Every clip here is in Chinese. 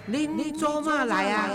恁做嘛来啊？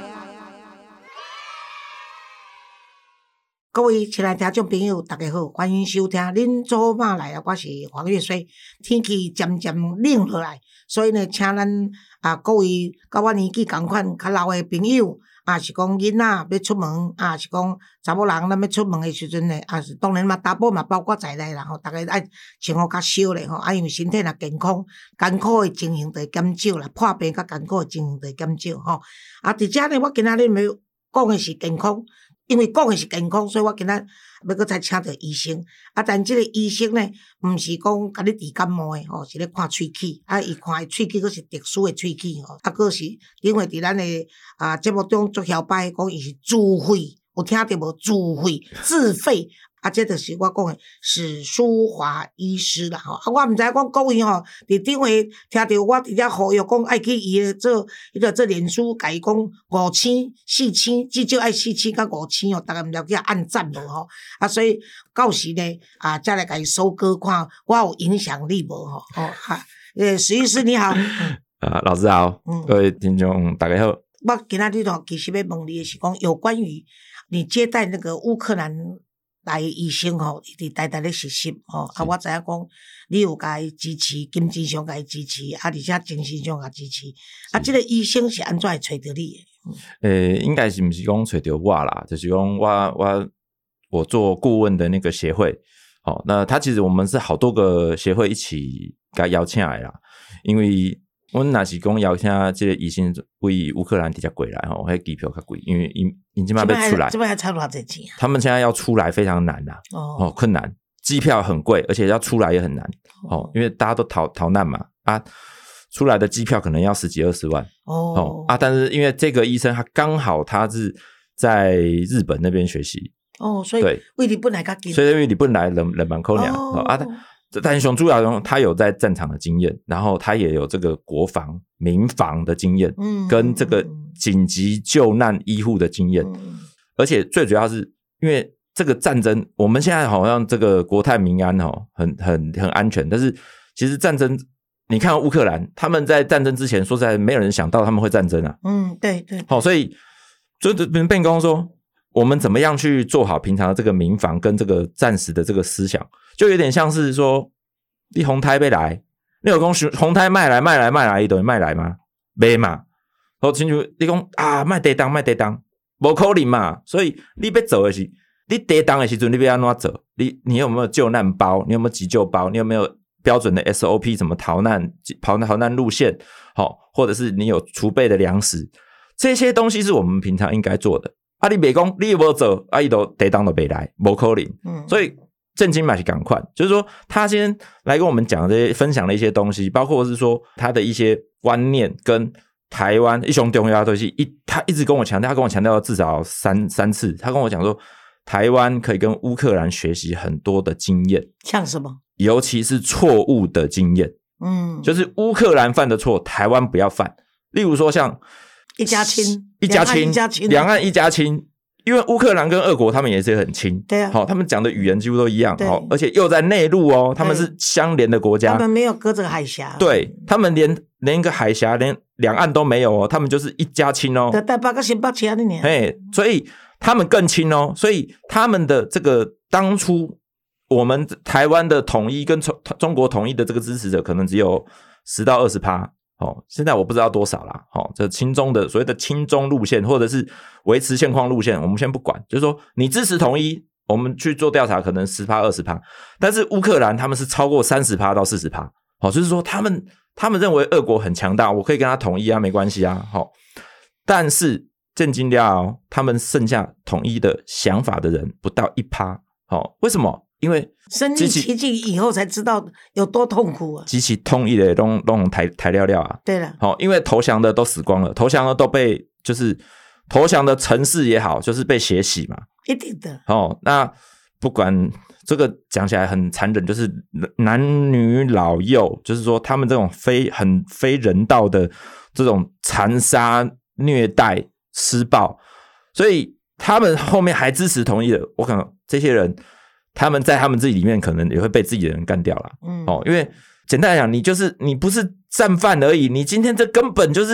各位亲爱的听众朋友，大家好，欢迎收听《恁做嘛来啊》，我是黄月水。天气渐渐冷落来，所以呢，请咱各位甲我年纪同款较老的朋友，是讲囡仔要出门，是讲查某人咱要出门的时阵呢，是当然嘛，查某嘛包括在内啦吼，大家爱穿好较少咧吼，因为身体若健康，艰苦的情形就会减少啦，破病甲艰苦的情形就会减少吼。伫遮呢，我今仔日要讲的是健康。因为讲的是健康，所以我今仔要搁再请到医生。但即个医生呢，毋是讲甲你治感冒的吼，是咧看喙齿。伊看的喙齿佫是特殊的喙齿吼，佫是因为伫咱的节目中足晓摆讲伊是自费，有听到无？自费。这就是我讲的史书华医师啦吼。我毋知讲各位吼，伫顶回听到我伫遮呼吁讲爱去伊的做脸书，甲伊讲5千、4千，至少爱4千甲5千哦，大家毋了解按赞无吼？所以到时呢再来甲伊收割看我有影响力无吼？史医师你好。 老师好，各位听众大家好。 我今仔日其实要问你的是讲有关于你接待那个乌克兰来医生吼，伊伫台咧实习吼，我知影讲你有甲伊支持，金钱上甲伊支持，而且精神上甲支持。这个医生是安怎会找到你的？应该是毋是讲找到我啦，就是讲我做顾问的那个协会，那他其实我们是好多个协会一起甲邀请来啦，因为阮若是讲邀请这个医生为乌克兰直接过来吼，迄机票较贵，因为因即摆要出来， 这边还差多少钱？ 他们现在要出来非常难啦，困难，机票很贵，而且要出来也很难，因为大家都逃难嘛，出来的机票可能要10几20万但是因为这个医生他刚好他是在日本那边学习所以为你本来较近， 所以因为你本来人蛮可怜但是主要他有在战场的经验，然后他也有这个国防民防的经验，跟这个紧急救难医护的经验，而且最主要是因为这个战争，我们现在好像这个国泰民安很安全，但是其实战争，你看乌克兰，他们在战争之前说实在没有人想到他们会战争啊， 对， 所以就变工说我们怎么样去做好平常的这个民防跟这个战时的这个思想，就有点像是说你红台要来，你有讲红台卖来，他就会卖来吗？没嘛，亲像你讲卖地当不可能嘛，所以你要做的是你地当的时候你要怎么做，你有没有救难包，你有没有急救包，你有没有标准的 SOP 怎么逃难路线，或者是你有储备的粮食，这些东西是我们平常应该做的。你别讲你有没有做，他就地当就不来，不可能。所以正经嘛是赶快，就是说他先来跟我们讲这些，分享了一些东西，包括是说他的一些观念跟台湾一雄重要的东西，他一直跟我强调，他跟我强调至少三次，他跟我讲说台湾可以跟乌克兰学习很多的经验， 像什么？ 尤其是错误的经验，就是乌克兰犯的错，台湾不要犯。例如说像一家亲， 两岸一家亲，因为乌克兰跟俄国他们也是很亲， 对啊， 他们讲的语言几乎都一样，而且又在内陆他们是相连的国家， 他们没有隔着海峡， 对，他们连一个海峡连两岸都没有他们就是一家亲台北跟新北市的呢，所以他们更亲所以他们的这个当初我们台湾的统一跟中国统一的这个支持者可能只有10到20%。现在我不知道多少啦，这亲中的所谓的亲中路线或者是维持现况路线我们先不管，就是说你支持统一，我们去做调查可能 10% 20%， 但是乌克兰他们是超过 30% 到 40%， 就是说他们认为俄国很强大，我可以跟他统一没关系但是震惊了他们剩下统一的想法的人不到 1%， 为什么？因为身临其境以后才知道有多痛苦啊！ 极其统一的都台料啊！ 对了， 因为投降的都死光了，投降的都被就是投降的城市也好，就是被血洗嘛， 一定的。 那不管这个讲起来很残忍，就是男女老幼，就是说他们这种很非人道的这种残杀、虐待、施暴，所以他们后面还支持统一的，我可能这些人。他们在他们自己里面可能也会被自己的人干掉啦。因为简单来讲，你不是战犯而已，你今天这根本就是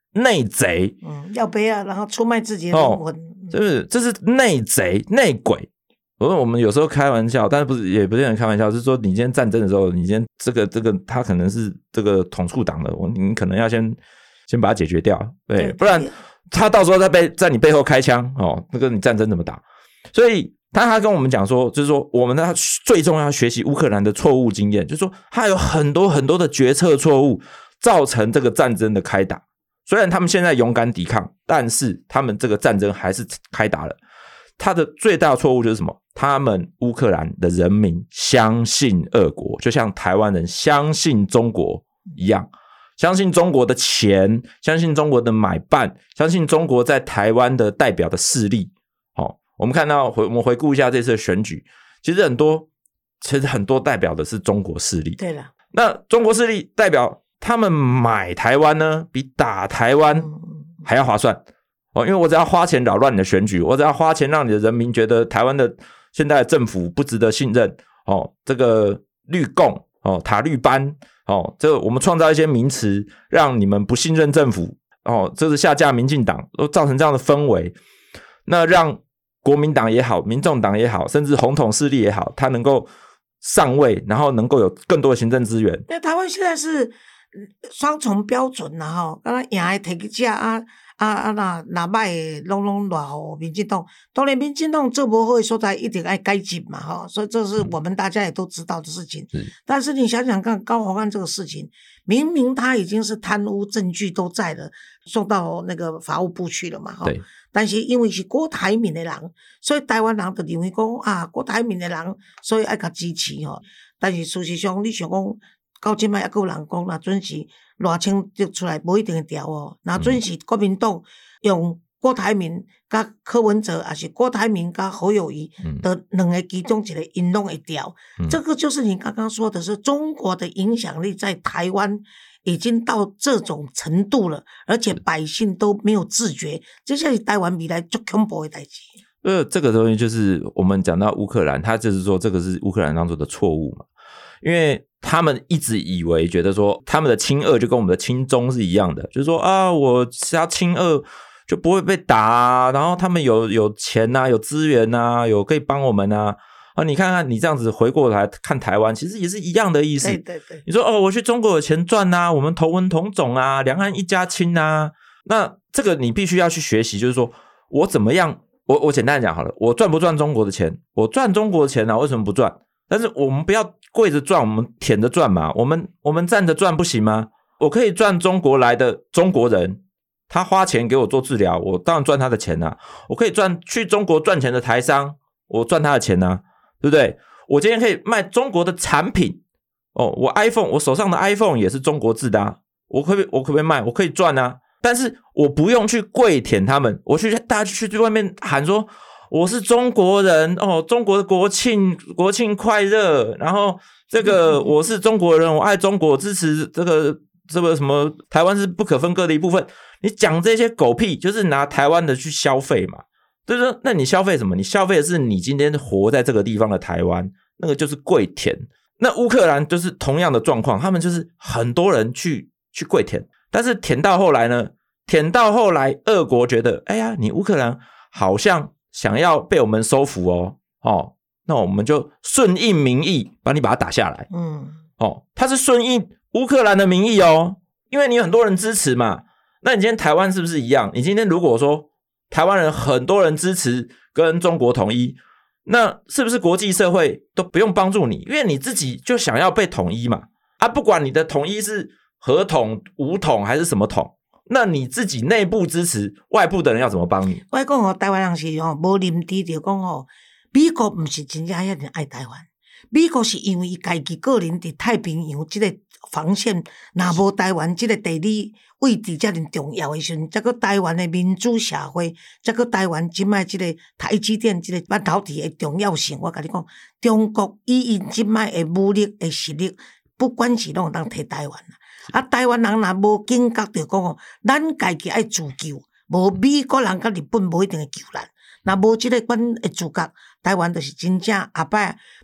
内贼， 要背啊，然后出卖自己的灵魂， 这是内贼内鬼。我们有时候开玩笑，但是也不是很开玩笑，是说你今天战争的时候，你今天这个他可能是这个统促党的，你可能要先把它解决掉，对，不然他到时候在你背后开枪那个你战争怎么打？所以他跟我们讲说，就是说我们最重要学习乌克兰的错误经验，就是说他有很多很多的决策错误造成这个战争的开打。虽然他们现在勇敢抵抗，但是他们这个战争还是开打了。他的最大的错误就是什么？他们乌克兰的人民相信俄国，就像台湾人相信中国一样，相信中国的钱，相信中国的买办，相信中国在台湾的代表的势力。我们看到我们回顾一下这次的选举，其实很多代表的是中国势力。 对了， 那中国势力代表他们买台湾呢，比打台湾还要划算。因为我只要花钱扰乱你的选举，我只要花钱让你的人民觉得台湾的现在的政府不值得信任，这个绿共塔绿班，这个我们创造一些名词让你们不信任政府，这是下架民进党，都造成这样的氛围，那让国民党也好，民众党也好，甚至红统势力也好，他能够上位，然后能够有更多的行政资源。 因为台湾现在是双重标准啦，刚刚赢的提去吃那歹的拢赖互民进党，当然民进党做不好的所在一定要改进嘛，所以这是我们大家也都知道的事情。但是你想想看，高虹安这个事情，明明他已经是贪污证据都在了，送到那个法务部去了嘛， 对。 但是因为是郭台铭的人，所以台湾人就认为讲郭台铭的人，所以要甲支持但是事实上，你想讲到现在还有人讲，若准是赖清德出来，无一定会调若准是国民党用郭台铭甲柯文哲，还是郭台铭甲侯友宜的两个其中一个，因拢会调。这个就是你刚刚说的是中国的影响力在台湾已经到这种程度了，而且百姓都没有自觉，这是台湾未来最恐怖的代志。 这个东西就是我们讲到乌克兰，他就是说这个是乌克兰当初的错误嘛，因为他们一直以为觉得说他们的亲俄就跟我们的亲中是一样的，就是说我只要亲俄就不会被打然后他们有钱有资源有可以帮我们你看看你这样子回过来看台湾，其实也是一样的意思。 对， 你说我去中国有钱赚我们同文同种两岸一家亲那这个你必须要去学习，就是说我怎么样，我简单的讲好了，我赚不赚中国的钱？我赚中国的钱为什么不赚？但是我们不要跪着赚，我们舔着赚嘛，我们站着赚不行吗？我可以赚中国来的中国人，他花钱给我做治疗，我当然赚他的钱我可以赚去中国赚钱的台商，我赚他的钱对不对？我今天可以卖中国的产品我手上的 iPhone 也是中国制的我可不可以卖？我可以赚但是我不用去跪舔他们，大家去外面喊说我是中国人中国的国庆快乐，然后这个我是中国人，我爱中国，支持这个什么台湾是不可分割的一部分。你讲这些狗屁，就是拿台湾的去消费嘛，就是说那你消费什么？你消费的是你今天活在这个地方的台湾，那个就是跪舔。那乌克兰就是同样的状况，他们就是很多人去跪舔，但是舔到后来呢，俄国觉得哎呀，你乌克兰好像想要被我们收服那我们就顺应民意把它打下来。他是顺应乌克兰的民意因为你有很多人支持嘛。那你今天台湾是不是一样？你今天如果说台湾人很多人支持跟中国统一，那是不是国际社会都不用帮助你？因为你自己就想要被统一嘛。不管你的统一是合统、武统还是什么统，那你自己内部支持，外部的人要怎么帮你？ 我讲台湾人是无认知，就讲美国不是真正遐尔爱台湾，美国是因为伊家己个人伫太平洋这个防线，若无台湾这个地理位置遮尔重要的时阵，才个台湾的民主社会，才个台湾即摆这个台积电这个半导体的重要性，我甲你讲，中国以因即摆的武力的实力，不管是拢当摕台湾台湾人若无警觉，就讲咱家己爱自救，无美国人甲日本无一定会救咱。若无即个款的自觉，台湾就是真正后摆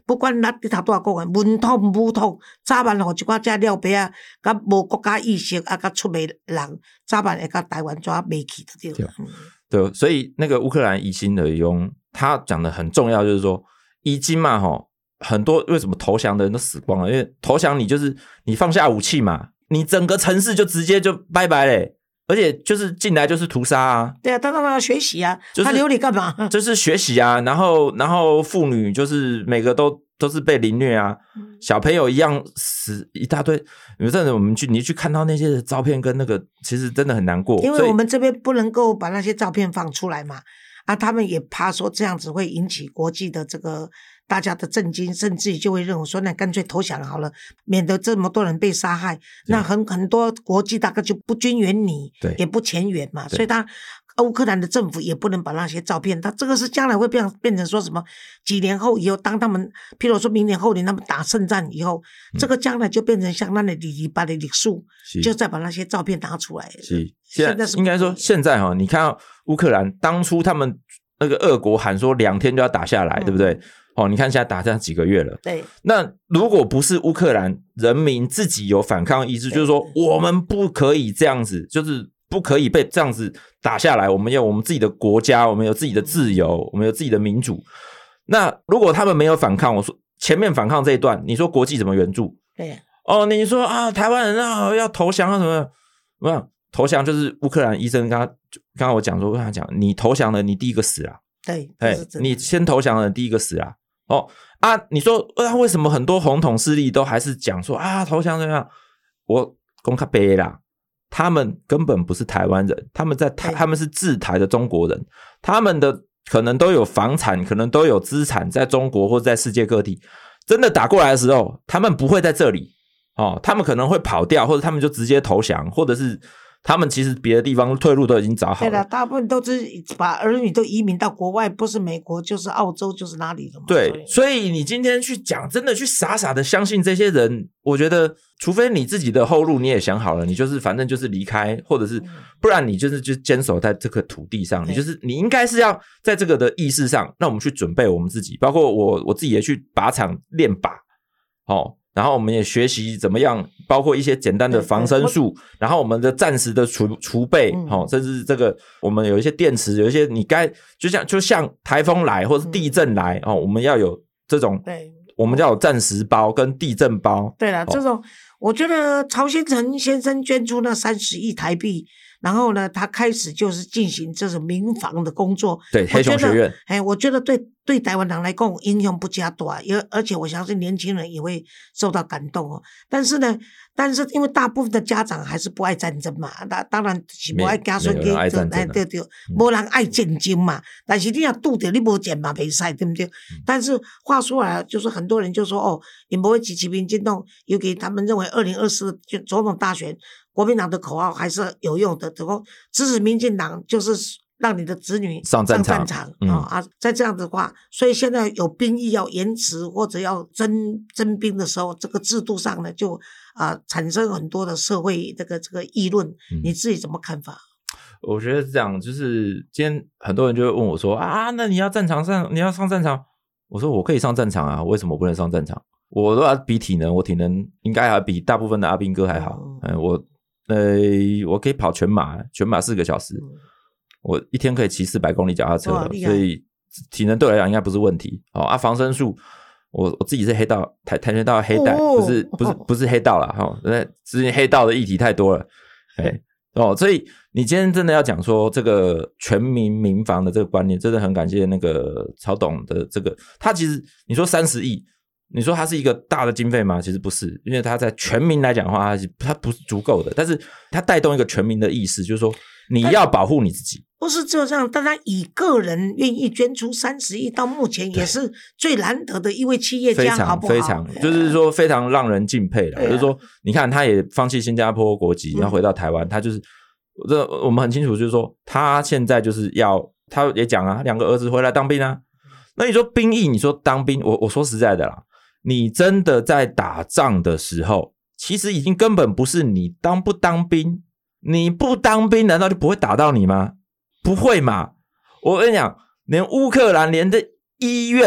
不管咱你头拄仔讲的文统武统，早晚互一寡遮廖白啊，甲无国家意识啊，甲出卖人，早晚会甲台湾抓袂去的对。 对，所以那个乌克兰以心的用，他讲的很重要，就是说已经嘛吼，很多为什么投降的人都死光了？因为投降你就是你放下武器嘛，你整个城市就直接就拜拜嘞，而且就是进来就是屠杀啊。对啊，他让他学习啊，他留你干嘛？ 就是学习啊，然后妇女就是每个都是被凌虐啊，小朋友一样死一大堆。有阵子你去看到那些照片跟那个，其实真的很难过。 因为我们这边不能够把那些照片放出来嘛，他们也怕说这样子会引起国际的这个大家的震惊，甚至就会认为说那干脆投降好了，免得这么多人被杀害。那很多国际大概就不军援你，也不前援嘛，所以乌克兰的政府也不能把那些照片，他这个是将来会变成说什么？几年后以后，当他们，譬如说明年后年他们打胜战以后，这个将来就变成像那里228的历史，就再把那些照片拿出来。 是，现在应该说现在哈，你看到乌克兰当初他们那个俄国喊说2天就要打下来，对不对？哦，你看现在打这几个月了。 对。 那如果不是乌克兰人民自己有反抗意志，就是说我们不可以这样子，就是不可以被这样子打下来，我们有我们自己的国家，我们有自己的自由，我们有自己的民主。那如果他们没有反抗，我说前面反抗这一段，你说国际怎么援助？ 对。 哦，你说啊，台湾人啊要投降啊什么？没有投降就是乌克兰医生刚刚我讲说，跟他讲，你投降了，你第一个死啊。 对， 你先投降了，第一个死啊。哦啊，你说为什么很多红统势力都还是讲说啊投降怎么样？我公开背啦，他们根本不是台湾人，他们是治台的中国人，他们的可能都有房产，可能都有资产在中国或者在世界各地。真的打过来的时候，他们不会在这里哦，他们可能会跑掉，或者他们就直接投降，或者是他们其实别的地方退路都已经找好了。 对了，大部分都是把儿女都移民到国外，不是美国就是澳洲就是哪里的嘛。 对，所以你今天去讲，真的去傻傻的相信这些人，我觉得除非你自己的后路你也想好了，你就是反正就是离开，或者是不然你就坚守在这个土地上，你应该是要在这个的意识上，让我们去准备我们自己，包括我自己也去靶场练靶哦。然后我们也学习怎么样，包括一些简单的防身术，然后我们的暂时的储备，甚至这个我们有一些电池，有一些你该就像台风来或是地震来我们要有这种，我们要有暂时包跟地震包。 对了，这种我觉得曹新成先生捐出那30亿台币。然后呢，他开始就是进行这种民防的工作。 对，黑熊学院。 我觉得对台湾人来讲影响不加大，而且我相信年轻人也会受到感动哦。但是因为大部分的家长还是不爱战争嘛，当然是不爱家孙给对，没人爱战争嘛。但是你要拄着你没战嘛，没使对不对？但是话说来，就是很多人就说也不会支持民进党，尤其他们认为2024总统大选。国民党的口号还是有用的，支持民进党就是让你的子女上战场再这样子的话，所以现在有兵役要延迟或者要征兵的时候，这个制度上呢就产生很多的社会这个议论，你自己怎么看法？ 我觉得是这样，就是今天很多人就会问我说那你要上战场，我说我可以上战场啊，为什么不能上战场？我都要比体能，我体能应该还比大部分的阿兵哥还好，我可以跑全马4个小时，我一天可以骑400公里脚踏车了，所以体能对我来讲应该不是问题。防身术，我自己是黑道跆拳道黑带，不是黑道啦之前黑道的议题太多了，所以你今天真的要讲说这个全民民防的这个观念，真的很感谢那个曹董的这个，他其实你说30亿。你说它是一个大的经费吗？其实不是，因为它在全民来讲的话，它不是足够的，但是它带动一个全民的意识，就是说你要保护你自己。 不是只有这样，但他以个人愿意捐出30亿，到目前也是最难得的一位企业家，好不好？ 非常，就是说非常让人敬佩的。就是说，你看他也放弃新加坡国籍，然后回到台湾，他就是我们很清楚，就是说他现在就是他也讲2个儿子回来当兵啊。那你说兵役，你说当兵，我说实在的啦。你真的在打仗的时候，其实已经根本不是你当不当兵，你不当兵难道就不会打到你吗？不会嘛。我跟你讲，连乌克兰连的医院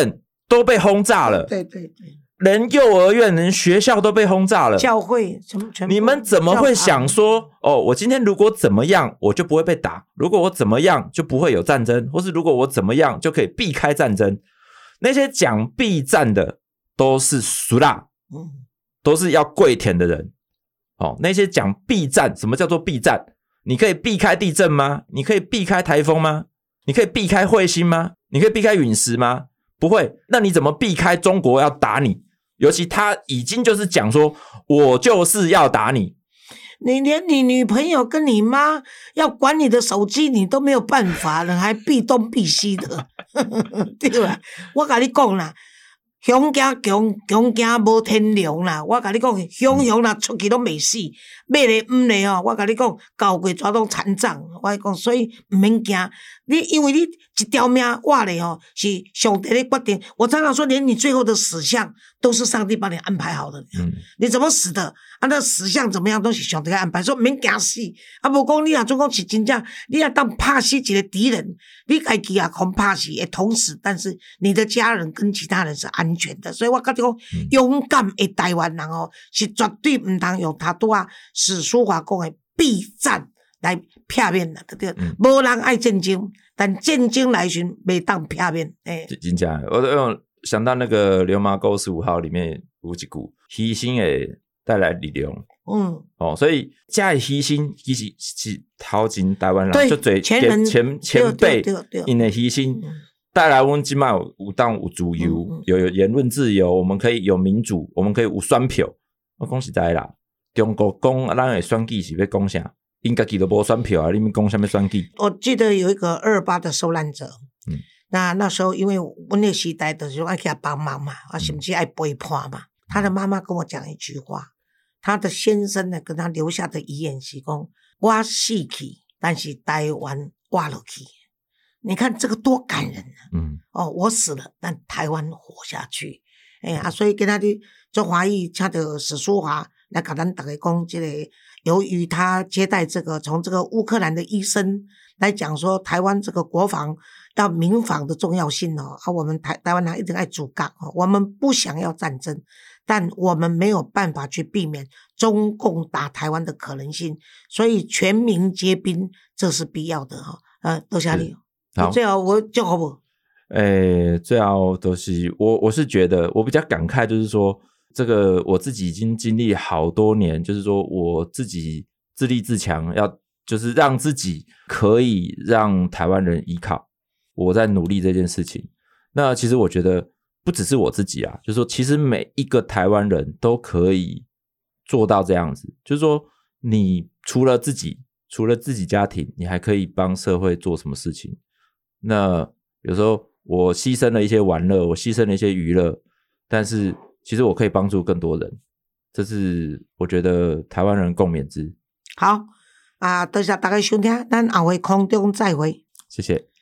都被轰炸了， 对， 连幼儿园、连学校都被轰炸了， 教会全部你们怎么会想说，我今天如果怎么样，我就不会被打；如果我怎么样，就不会有战争，或是如果我怎么样，就可以避开战争？那些讲避战的都是俗辣，都是要跪舔的人。那些讲避战，什么叫做避战？你可以避开地震吗？你可以避开台风吗？你可以避开彗星吗？你可以避开陨石吗？不会。那你怎么避开中国要打你？尤其他已经就是讲说，我就是要打你。 你连你女朋友跟你妈要管你的手机，你都没有办法了，还避东避西的，对吧？我跟你讲啦。熊惊强，强惊无天良啦！我甲你讲，熊啦出去拢袂死，马咧咧我甲你讲，交过全拢残障。我讲，所以毋免惊。你因为你一条命活咧是上帝咧决定。我常常说，连你最后的死相都是上帝帮你安排好的。你怎么死的？那死相怎么样都是上帝安排，所以毋免惊死。无讲你若总讲是真正，你若当拍死一个敌人，你家己也恐怕死会同死，但是你的家人跟其他人是安全的。所以我觉得讲，勇敢的台湾人是绝对唔通用他拄啊史书华讲的避战来避免啦，对不对？无人爱战争，但战争来时袂当避免。 真正，我想到那个《流麻沟15号》里面有一句：牺牲会带来力量。所以这的牺牲其实是头前台湾人就最前辈因的牺牲。带来我们现在有当有自由，有言论自由，我们可以有民主，我们可以有选票。我讲实在啦，中国讲咱的选举是要讲啥？因家己都无选票啊，你们讲什么选举？ 我记得有一个228的受难者，那时候因为我那时代的时候爱给他帮忙嘛，甚至爱陪伴嘛。他的妈妈跟我讲一句话，他的先生呢跟他留下的遗言是讲：我死去，但是台湾活落去。你看这个多感人啊！我死了，但台湾活下去。所以今仔日做华裔请到史书华来跟咱大家讲这个，由于他接待这个从这个乌克兰的医生来讲说台湾这个国防到民防的重要性我们台湾人一定爱主港我们不想要战争，但我们没有办法去避免中共打台湾的可能性，所以全民皆兵这是必要的多谢你。最后我祝福不？ 最后都是我是觉得我比较感慨，就是说这个我自己已经经历好多年，就是说我自己自立自强，要就是让自己可以让台湾人依靠，我在努力这件事情。那其实我觉得不只是我自己就是说其实每一个台湾人都可以做到这样子，就是说你除了自己家庭，你还可以帮社会做什么事情。那有时候我牺牲了一些玩乐，我牺牲了一些娱乐，但是其实我可以帮助更多人，这是我觉得台湾人共勉之。 好多谢大家收听，咱后回空中再会， 谢谢。